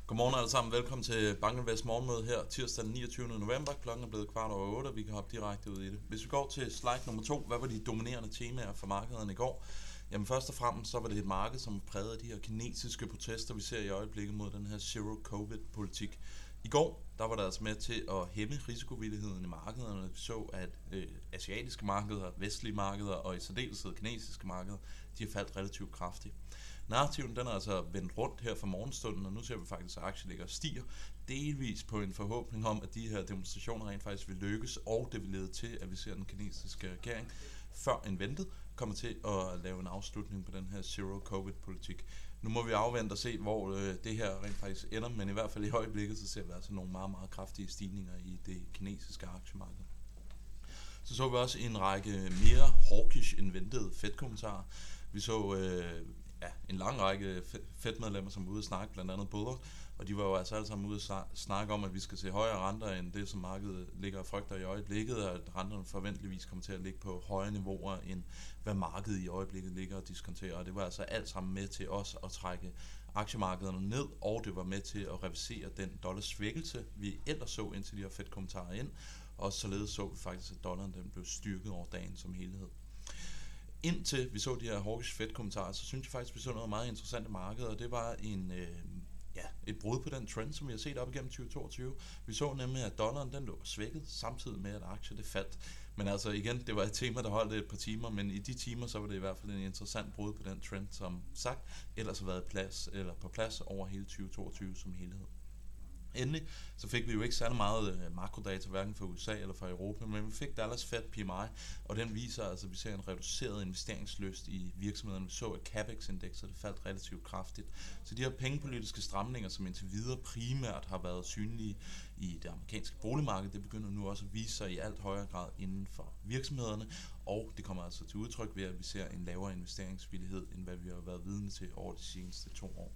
Godmorgen alle sammen. Velkommen til BankInvest morgenmøde her tirsdag den 29. november. Klokken er blevet 7:15, og vi kan hoppe direkte ud i det. Hvis vi går til slide nummer 2, hvad var de dominerende temaer for markederne i går? Jamen først og fremmest så var det et marked, som prægede af de her kinesiske protester, vi ser i øjeblikket mod den her zero-covid-politik. I går der var der altså med til at hæmme risikovilligheden i markederne. Vi så, at asiatiske markeder, vestlige markeder og i særdeleshed kinesiske markeder, de har faldt relativt kraftigt. Narrativen den er altså vendt rundt her fra morgenstunden, og nu ser vi faktisk, at aktier ligger og stiger, delvis på en forhåbning om, at de her demonstrationer rent faktisk vil lykkes, og det vil lede til, at vi ser den kinesiske regering før end ventet kommer til at lave en afslutning på den her zero-covid-politik. Nu må vi afvente og se, hvor det her rent faktisk ender, men i hvert fald i øjeblikket, så ser vi altså nogle meget, meget kraftige stigninger i det kinesiske aktiemarked. Så vi også en række mere hawkish end ventede Fed-kommentarer. Vi så en lang række Fed-medlemmer, som var ude at snakke, blandt andet Bullard, og de var jo altså alle sammen ude at snakke om, at vi skal se højere renter end det, som markedet ligger og frygter i øjeblikket, og at renterne forventeligvis kommer til at ligge på højere niveauer, end hvad markedet i øjeblikket ligger og diskonterer. Og det var altså alt sammen med til os at trække aktiemarkederne ned, og det var med til at reversere den dollarsvækkelse, vi ellers så indtil de her Fed-kommentarer ind, og således så vi faktisk, at dollaren den blev styrket over dagen som helhed. Indtil vi så de her hawkish Fed-kommentarer, så synes jeg faktisk, vi så noget meget interessant i markedet, og det var et brud på den trend, som vi har set op igennem 2022. Vi så nemlig, at dollaren den lå svækket, samtidig med, at aktier det faldt. Men altså igen, det var et tema, der holdt et par timer, men i de timer, så var det i hvert fald en interessant brud på den trend, som sagt, ellers har været på plads over hele 2022 som helhed. Endelig så fik vi jo ikke særlig meget makrodata, hverken fra USA eller fra Europa, men vi fik Dallas Fed PMI, og den viser altså, at vi ser en reduceret investeringslyst i virksomhederne. Vi så, at CAPEX-indekset faldt relativt kraftigt. Så de her pengepolitiske stramninger, som indtil videre primært har været synlige i det amerikanske boligmarked, det begynder nu også at vise sig i alt højere grad inden for virksomhederne, og det kommer altså til udtryk ved, at vi ser en lavere investeringsvillighed, end hvad vi har været vidne til over de seneste 2 år.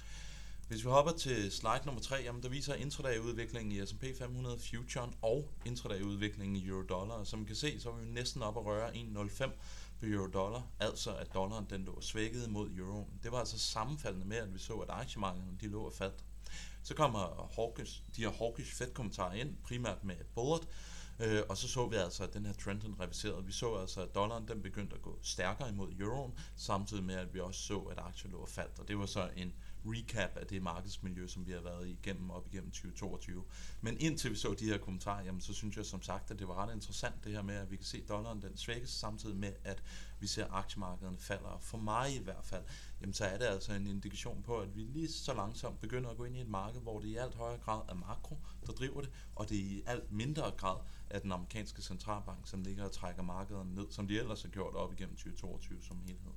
Hvis vi hopper til slide nummer 3, jamen der viser intraday-udviklingen i S&P 500 Future og intraday-udviklingen i euro-dollar. Og som man kan se, så er vi næsten oppe at røre 1,05 på euro-dollar, altså at dollaren den lå svækket mod euroen. Det var altså sammenfaldende med, at vi så, at aktiemarkederne de lå og faldt. Så kommer de her hawkish Fed-kommentarer ind, primært med Bullard, og så vi altså, at den her trend den reviserede. Vi så altså, at dollaren den begyndte at gå stærkere imod euroen, samtidig med, at vi også så, at aktier lå og faldt. Og det var så en recap af det markedsmiljø, som vi har været igennem op igennem 2022. Men indtil vi så de her kommentarer, jamen, så synes jeg som sagt, at det var ret interessant det her med, at vi kan se dollaren den svækkes, samtidig med, at vi ser aktiemarkederne falder. Og for mig i hvert fald, jamen, så er det altså en indikation på, at vi lige så langsomt begynder at gå ind i et marked, hvor det i alt højere grad er makro, der driver det, og det i alt mindre grad af den amerikanske centralbank, som ligger og trækker markederne ned, som de ellers har gjort op igennem 2022 som helhed.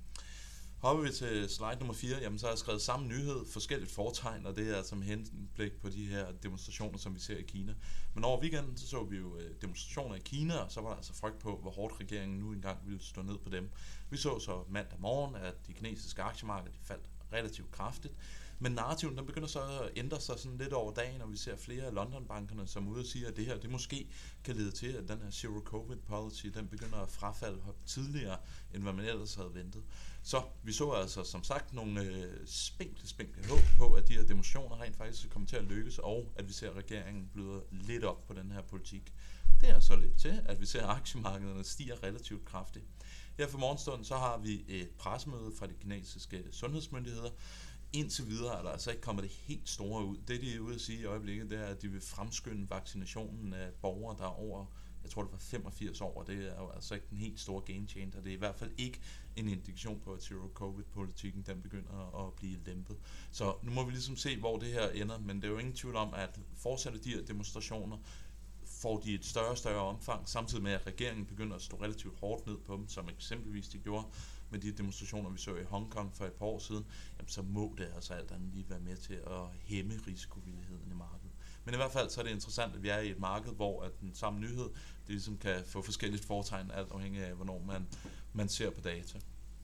Hopper vi til slide nummer 4, jamen så har jeg skrevet samme nyhed, forskelligt foretegn, og det er altså med henblik på de her demonstrationer, som vi ser i Kina. Men over weekenden så vi jo demonstrationer i Kina, og så var der altså frygt på, hvor hårdt regeringen nu engang ville stå ned på dem. Vi så mandag morgen, at de kinesiske aktiemarkeder de faldt relativt kraftigt, men narrativen den begynder så at ændre sig sådan lidt over dagen, og vi ser flere af London-bankerne, som ude og siger, at det her det måske kan lede til, at den her zero-covid-policy den begynder at frafalde tidligere, end hvad man ellers havde ventet. Så vi så altså som sagt nogle spinkle håb på, at de her demonstrationer rent faktisk kommer til at lykkes, og at vi ser, at regeringen bløder lidt op på den her politik. Det er så lidt til, at vi ser, at aktiemarkederne stiger relativt kraftigt. Her for morgenstunden så har vi et pressemøde fra de kinesiske sundhedsmyndigheder. Indtil videre er der altså ikke kommet det helt store ud. Det de er ude at sige i øjeblikket, det er, at de vil fremskynde vaccinationen af borgere, der er over, jeg tror det var 85 år, og det er jo altså ikke den helt store game changer. Det er i hvert fald ikke en indikation på, at zero-covid-politikken den begynder at blive lempet. Så nu må vi ligesom se, hvor det her ender, men det er jo ingen tvivl om, at fortsætter de her demonstrationer, får de et større og større omfang, samtidig med, at regeringen begynder at stå relativt hårdt ned på dem, som eksempelvis de gjorde med de demonstrationer, vi så i Hongkong for et par år siden, jamen, så må det altså alt andet lige være med til at hæmme risikovilligheden i markedet. Men i hvert fald så er det interessant, at vi er i et marked, hvor at den samme nyhed, det ligesom kan få forskelligt foretegn, alt afhængig af, hvornår man ser på data.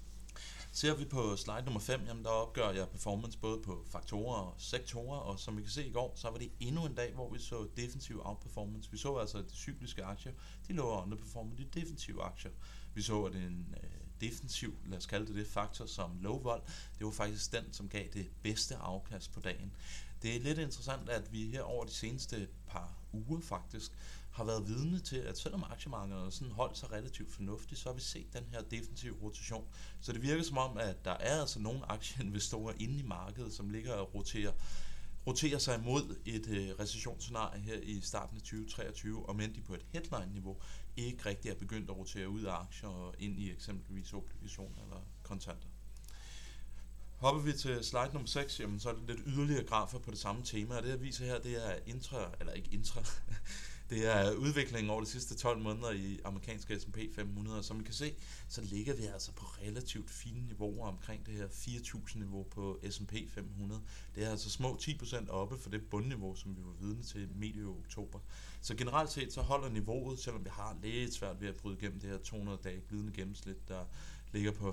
Ser vi på slide nummer 5, jamen der opgør jeg performance både på faktorer og sektorer, og som vi kan se i går, så var det endnu en dag, hvor vi så defensiv outperformance. Vi så altså, at de cykliske aktier, de lå underperformede de defensive aktier. Vi så, at defensiv, lad os kalde det faktor som low vol, det var faktisk den, som gav det bedste afkast på dagen. Det er lidt interessant, at vi her over de seneste par uger faktisk har været vidne til, at selvom aktiemarkederne sådan holdt sig relativt fornuftigt, så har vi set den her defensive rotation. Så det virker som om, at der er altså nogle aktieinvestorer inde i markedet, som ligger og roterer sig imod et recessionsscenarie her i starten af 2023, og men de på et headline-niveau ikke rigtig er begyndt at rotere ud af aktier og ind i eksempelvis obligationer eller kontanter. Hopper vi til slide nummer 6, jamen så er det lidt yderligere grafer på det samme tema, og det jeg viser her, det er det er udviklingen over de sidste 12 måneder i amerikanske S&P 500, og som I kan se, så ligger vi altså på relativt fine niveauer omkring det her 4.000 niveau på S&P 500. Det er altså små 10% oppe for det bundniveau, som vi var vidne til medio oktober. Så generelt set så holder niveauet, selvom vi har lidt svært ved at bryde igennem det her 200-dage glidende gennemsnit, der ligger på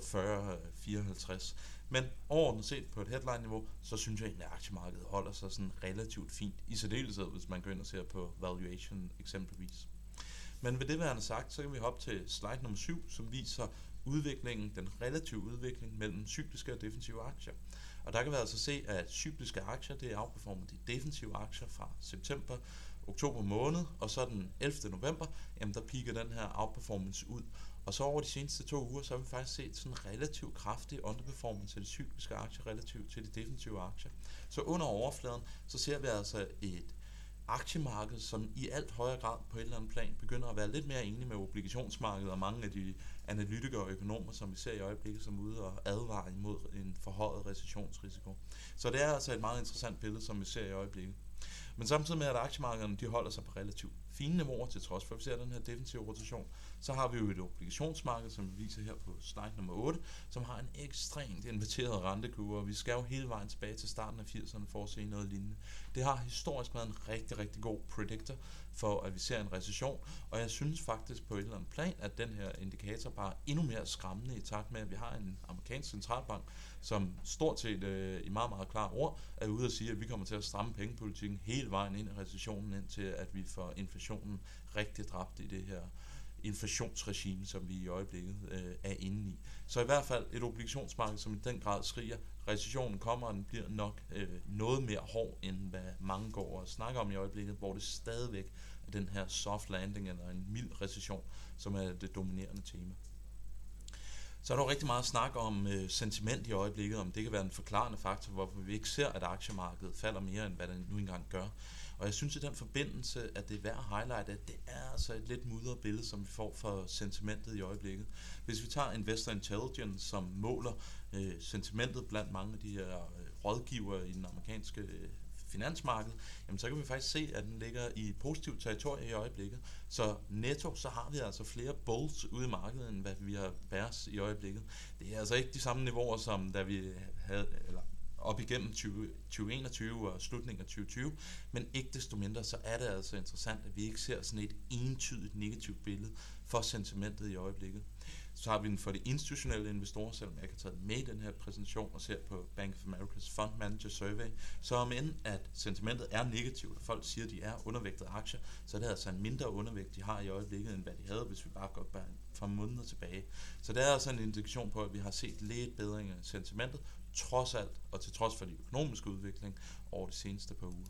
40-54. Men overordnet set på et headline-niveau, så synes jeg egentlig, at aktiemarkedet holder sig sådan relativt fint, i særdeleshed, hvis man går ind og ser på valuation eksempelvis. Men ved det værende sagt, så kan vi hoppe til slide nummer 7, som viser den relative udvikling mellem cykliske og defensive aktier. Og der kan vi altså se, at cykliske aktier, det er outperformet de defensive aktier fra september, oktober måned, og så den 11. november, jamen der piker den her outperformance ud. Og så over de seneste 2 uger, så har vi faktisk set sådan en relativt kraftig underperformance af de cykliske aktier relativt til de defensive aktier. Så under overfladen, så ser vi altså et aktiemarked, som i alt højere grad på et eller andet plan begynder at være lidt mere enig med obligationsmarkedet og mange af de analytikere og økonomer, som vi ser i øjeblikket, som er ude og advare imod en forhøjet recessionsrisiko. Så det er altså et meget interessant billede, som vi ser i øjeblikket. Men samtidig med, at aktiemarkederne de holder sig på relativt fine niveauer, til trods for, at vi ser den her defensive rotation, så har vi jo et obligationsmarked, som vi viser her på slide nummer 8, som har en ekstremt inverteret rentekurve, og vi skal jo hele vejen tilbage til starten af 80'erne for at se noget lignende. Det har historisk været en rigtig, rigtig god predictor for, at vi ser en recession, og jeg synes faktisk på et eller andet plan, at den her indikator bare er endnu mere skræmmende i takt med, at vi har en amerikansk centralbank, som stort set i meget, meget klare ord er ude at sige, at vi kommer til at stramme pengepolitikken hele vejen ind i recessionen, indtil at vi får inflationen rigtig dræbt i det her inflationsregime, som vi i øjeblikket er inde i. Så i hvert fald et obligationsmarked, som i den grad skriger, recessionen kommer, og den bliver nok noget mere hård, end hvad mange går og snakker om i øjeblikket, hvor det stadigvæk er den her soft landing, eller en mild recession, som er det dominerende tema. Så er der jo rigtig meget snak om sentiment i øjeblikket, om det kan være en forklarende faktor, hvorfor vi ikke ser, at aktiemarkedet falder mere, end hvad det nu engang gør. Og jeg synes i den forbindelse, at det er værd at highlighte, at det er altså et lidt mudret billede, som vi får for sentimentet i øjeblikket. Hvis vi tager Investor Intelligence, som måler sentimentet blandt mange af de her rådgivere i den amerikanske finansmarked, jamen så kan vi faktisk se, at den ligger i positivt territorie i øjeblikket. Så netto, så har vi altså flere bulls ude i markedet, end hvad vi har bears i øjeblikket. Det er altså ikke de samme niveauer, som da vi havde, eller op igennem 2021 og slutningen af 2020, men ikke desto mindre, så er det altså interessant, at vi ikke ser sådan et entydigt negativt billede for sentimentet i øjeblikket. Så har vi den for de institutionelle investorer, selvom jeg kan tage med i den her præsentation og ser på Bank of America's Fund Manager Survey, så om end at sentimentet er negativt, og folk siger, at de er undervægtede aktier, så er det altså en mindre undervægt, de har i øjeblikket, end hvad de havde, hvis vi bare går fra måneder tilbage. Så det er altså en indikation på, at vi har set lidt bedring af sentimentet, trods alt, og til trods for de økonomiske udvikling over de seneste par uger.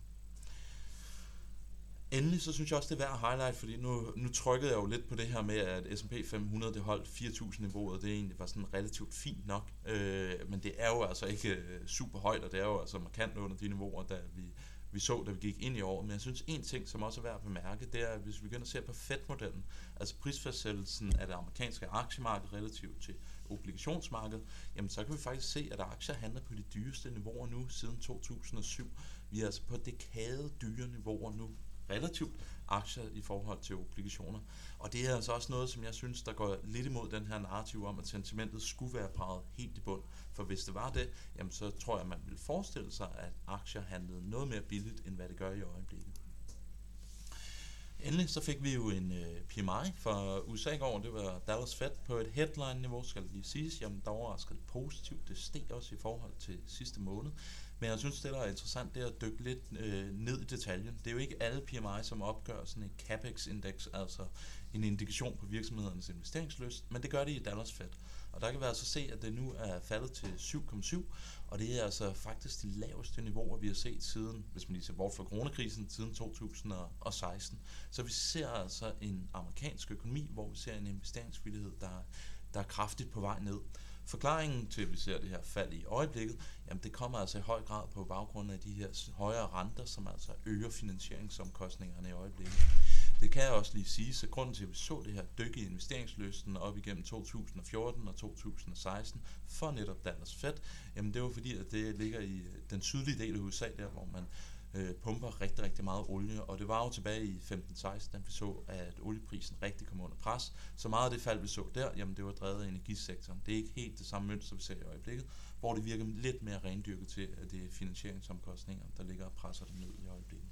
Endelig så synes jeg også, det er værd at highlight, fordi nu trykkede jeg jo lidt på det her med, at S&P 500 det holdt 4.000 niveauet, det egentlig var sådan relativt fint nok, men det er jo altså ikke super højt, og det er jo altså markant under de niveauer, da vi gik ind i året. Men jeg synes en ting, som også er værd at bemærke, det er, at hvis vi begynder at se på Fed-modellen, altså prisfastsættelsen af det amerikanske aktiemarked relativt til obligationsmarkedet, jamen så kan vi faktisk se, at aktier handler på de dyreste niveauer nu siden 2007. Vi er altså på dekade dyre niveauer nu, relativt aktier i forhold til obligationer. Og det er altså også noget, som jeg synes, der går lidt imod den her narrativ om, at sentimentet skulle være peget helt i bund. For hvis det var det, jamen så tror jeg, at man ville forestille sig, at aktier handlede noget mere billigt, end hvad det gør i øjeblikket. Endelig så fik vi jo en PMI fra USA i går, det var Dallas Fed på et headline-niveau, skal det lige siges. Jamen der overraskede positivt, det steg også i forhold til sidste måned. Men jeg synes, det der er interessant, det er at dykke lidt ned i detaljen. Det er jo ikke alle PMI, som opgør sådan et CAPEX-indeks, altså en indikation på virksomhedernes investeringslyst, men det gør det i Dallas Fed. Og der kan vi altså se, at det nu er faldet til 7,7, og det er altså faktisk de laveste niveauer, vi har set siden, hvis man lige ser bort fra coronakrisen, siden 2016. Så vi ser altså en amerikansk økonomi, hvor vi ser en investeringsvillighed, der er kraftigt på vej ned. Forklaringen til, at vi ser det her fald i øjeblikket, jamen det kommer altså i høj grad på baggrund af de her højere renter, som altså øger finansieringsomkostningerne i øjeblikket. Det kan jeg også lige sige, så grunden til, at vi så det her dyk i investeringslysten op igennem 2014 og 2016 for netop Dallas Fed, jamen det var fordi, at det ligger i den sydlige del af USA, der hvor man pumper rigtig, rigtig meget olie, og det var jo tilbage i 15-16, da vi så, at olieprisen rigtig kom under pres. Så meget af det fald, vi så der, jamen det var drevet af energisektoren. Det er ikke helt det samme mønster, vi ser i øjeblikket, hvor det virker lidt mere rendyrket til, at det er finansieringsomkostninger, der ligger og presser det ned i øjeblikket.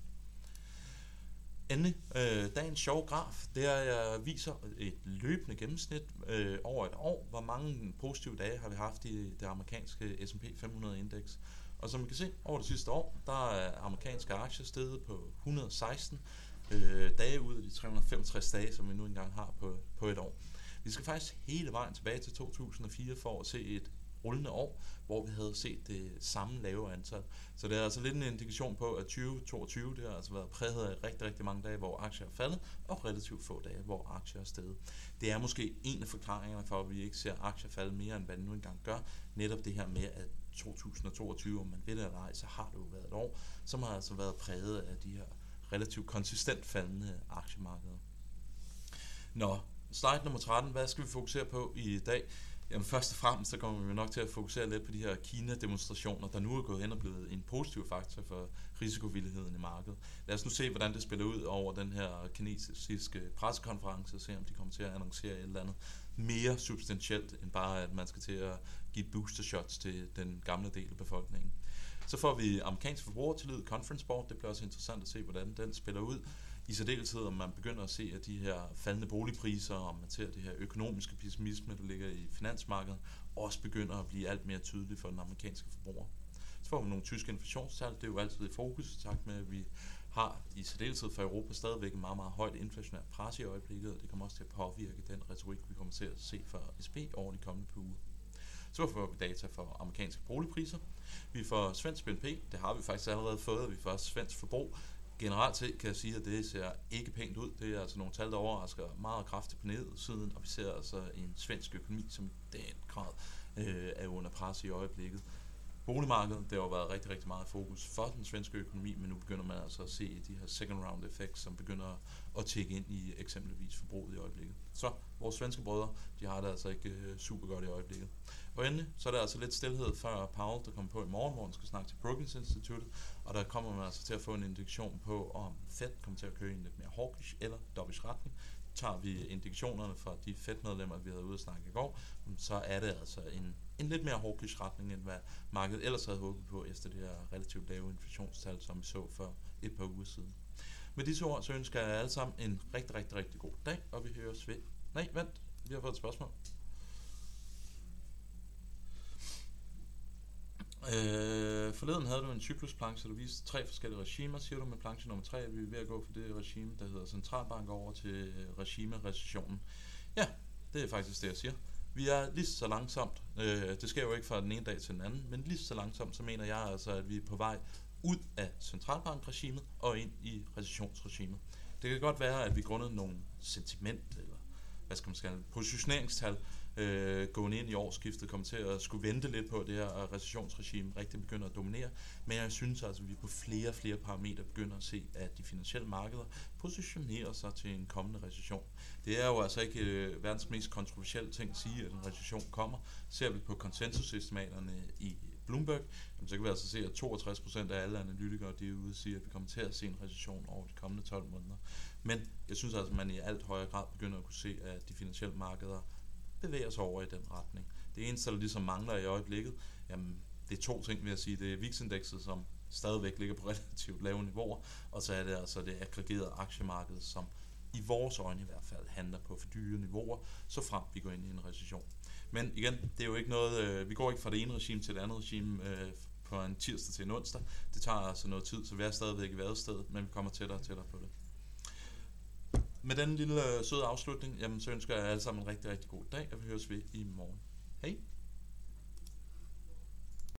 Endelig, dagens sjove graf, der viser et løbende gennemsnit over et år, hvor mange positive dage har vi haft i det amerikanske S&P 500-indeks. Og som I kan se, over det sidste år, der er amerikanske aktier steget på 116 dage ud af de 365 dage, som vi nu engang har på et år. Vi skal faktisk hele vejen tilbage til 2004 for at se et rullende år, hvor vi havde set det samme lave antal. Så det er altså lidt en indikation på, at 2022 det har altså været præget af rigtig, rigtig mange dage, hvor aktier er faldet, og relativt få dage, hvor aktier er steget. Det er måske en af forklaringerne for, at vi ikke ser aktier falde mere, end hvad det nu engang gør. Netop det her med, at 2022, om man vil eller ej, så har det jo været et år, som har altså været præget af de her relativt konsistent faldende aktiemarkeder. Nå, slide nummer 13, hvad skal vi fokusere på i dag? Jamen først og fremmest, så kommer vi nok til at fokusere lidt på de her Kina-demonstrationer, der nu er gået hen og blevet en positiv faktor for risikovilligheden i markedet. Lad os nu se, hvordan det spiller ud over den her kinesiske pressekonference, og se om de kommer til at annoncere et eller andet mere substantielt, end bare at man skal til at give booster shots til den gamle del af befolkningen. Så får vi amerikansk forbrugertillid, Conference Board. Det bliver også interessant at se, hvordan den spiller ud. I særdeleshed, om man begynder at se, at de her faldende boligpriser, og man ser det her økonomiske pessimisme, der ligger i finansmarkedet, også begynder at blive alt mere tydeligt for den amerikanske forbruger. Så får vi nogle tyske inflationstal. Det er jo altid i fokus, i takt med, at vi har i særdeleshed for Europa stadigvæk en meget, meget højt inflationært pres i øjeblikket, og det kommer også til at påvirke den retorik, vi kommer til at se fra SB over de kommende par uger. Så får vi data for amerikanske boligpriser. Vi får svensk BNP, det har vi faktisk allerede fået, og vi får også svensk forbrug. Generelt set kan jeg sige, at det ser ikke pænt ud. Det er altså nogle tal, der overrasker meget kraftigt på nedsiden, og vi ser altså en svensk økonomi, som i den grad er under pres i øjeblikket. Boligmarkedet, det har jo været rigtig, rigtig meget fokus for den svenske økonomi, men nu begynder man altså at se de her second round effects, som begynder at tække ind i eksempelvis forbruget i øjeblikket. Så vores svenske brødre, de har det altså ikke super godt i øjeblikket. Og endelig, så er der altså lidt stilhed før Powell, der kommer på i morgen, hvor han skal snakke til Brookings Institute, og der kommer man altså til at få en indikation på, om Fed kommer til at køre i en lidt mere hawkish eller dovish retning. Tager vi indikationerne fra de Fed-medlemmer, vi havde ude at snakke i går, så er det altså en lidt mere hawkish retning, end hvad markedet ellers havde håbet på efter det her relativt lave inflationstal, som vi så for et par uger siden. Med disse ord, så ønsker jeg alle sammen en rigtig, rigtig, rigtig god dag, og vi høres ved. Nej, vent, vi har fået et spørgsmål. Forleden havde du en cyklusplanche, der viste 3 forskellige regimer. Siger du med planche nummer 3, at vi er ved at gå for det regime, der hedder centralbank over til regime-recessionen? Ja, det er faktisk det, jeg siger. Vi er lige så langsomt, det sker jo ikke fra den ene dag til den anden, men lige så langsomt, så mener jeg altså, at vi er på vej ud af centralbankregimet og ind i recessionsregimet. Det kan godt være, at vi grundet nogle sentiment, eller hvad skal man sige, positioneringstal, gående ind i årsskiftet kommer til at skulle vente lidt på, at det her recessionsregime rigtig begynder at dominere. Men jeg synes altså, at vi på flere parametre begynder at se, at de finansielle markeder positionerer sig til en kommende recession. Det er jo altså ikke verdens mest kontroversielle ting at sige, at en recession kommer. Ser vi på konsensusestimaterne i Bloomberg, så kan vi altså se, at 62% af alle analytikere de er ude og sige, at vi kommer til at se en recession over de kommende 12 måneder. Men jeg synes altså, at man i alt højere grad begynder at kunne se, at de finansielle markeder bevæger sig over i den retning. Det eneste, der ligesom mangler i øjeblikket, jamen, det er 2 ting, vil jeg sige. Det er VIX-indekset, som stadigvæk ligger på relativt lave niveauer, og så er det altså det aggregerede aktiemarked, som i vores øjne i hvert fald handler på for dyre niveauer, så frem vi går ind i en recession. Men igen, det er jo ikke noget, vi går ikke fra det ene regime til det andet regime på en tirsdag til en onsdag. Det tager altså noget tid, så vi er stadigvæk i vadestedet, men vi kommer tættere og tættere på det. Med den lille søde afslutning, jamen, så ønsker jeg alle sammen en rigtig, rigtig god dag, og vi høres ved i morgen. Hej.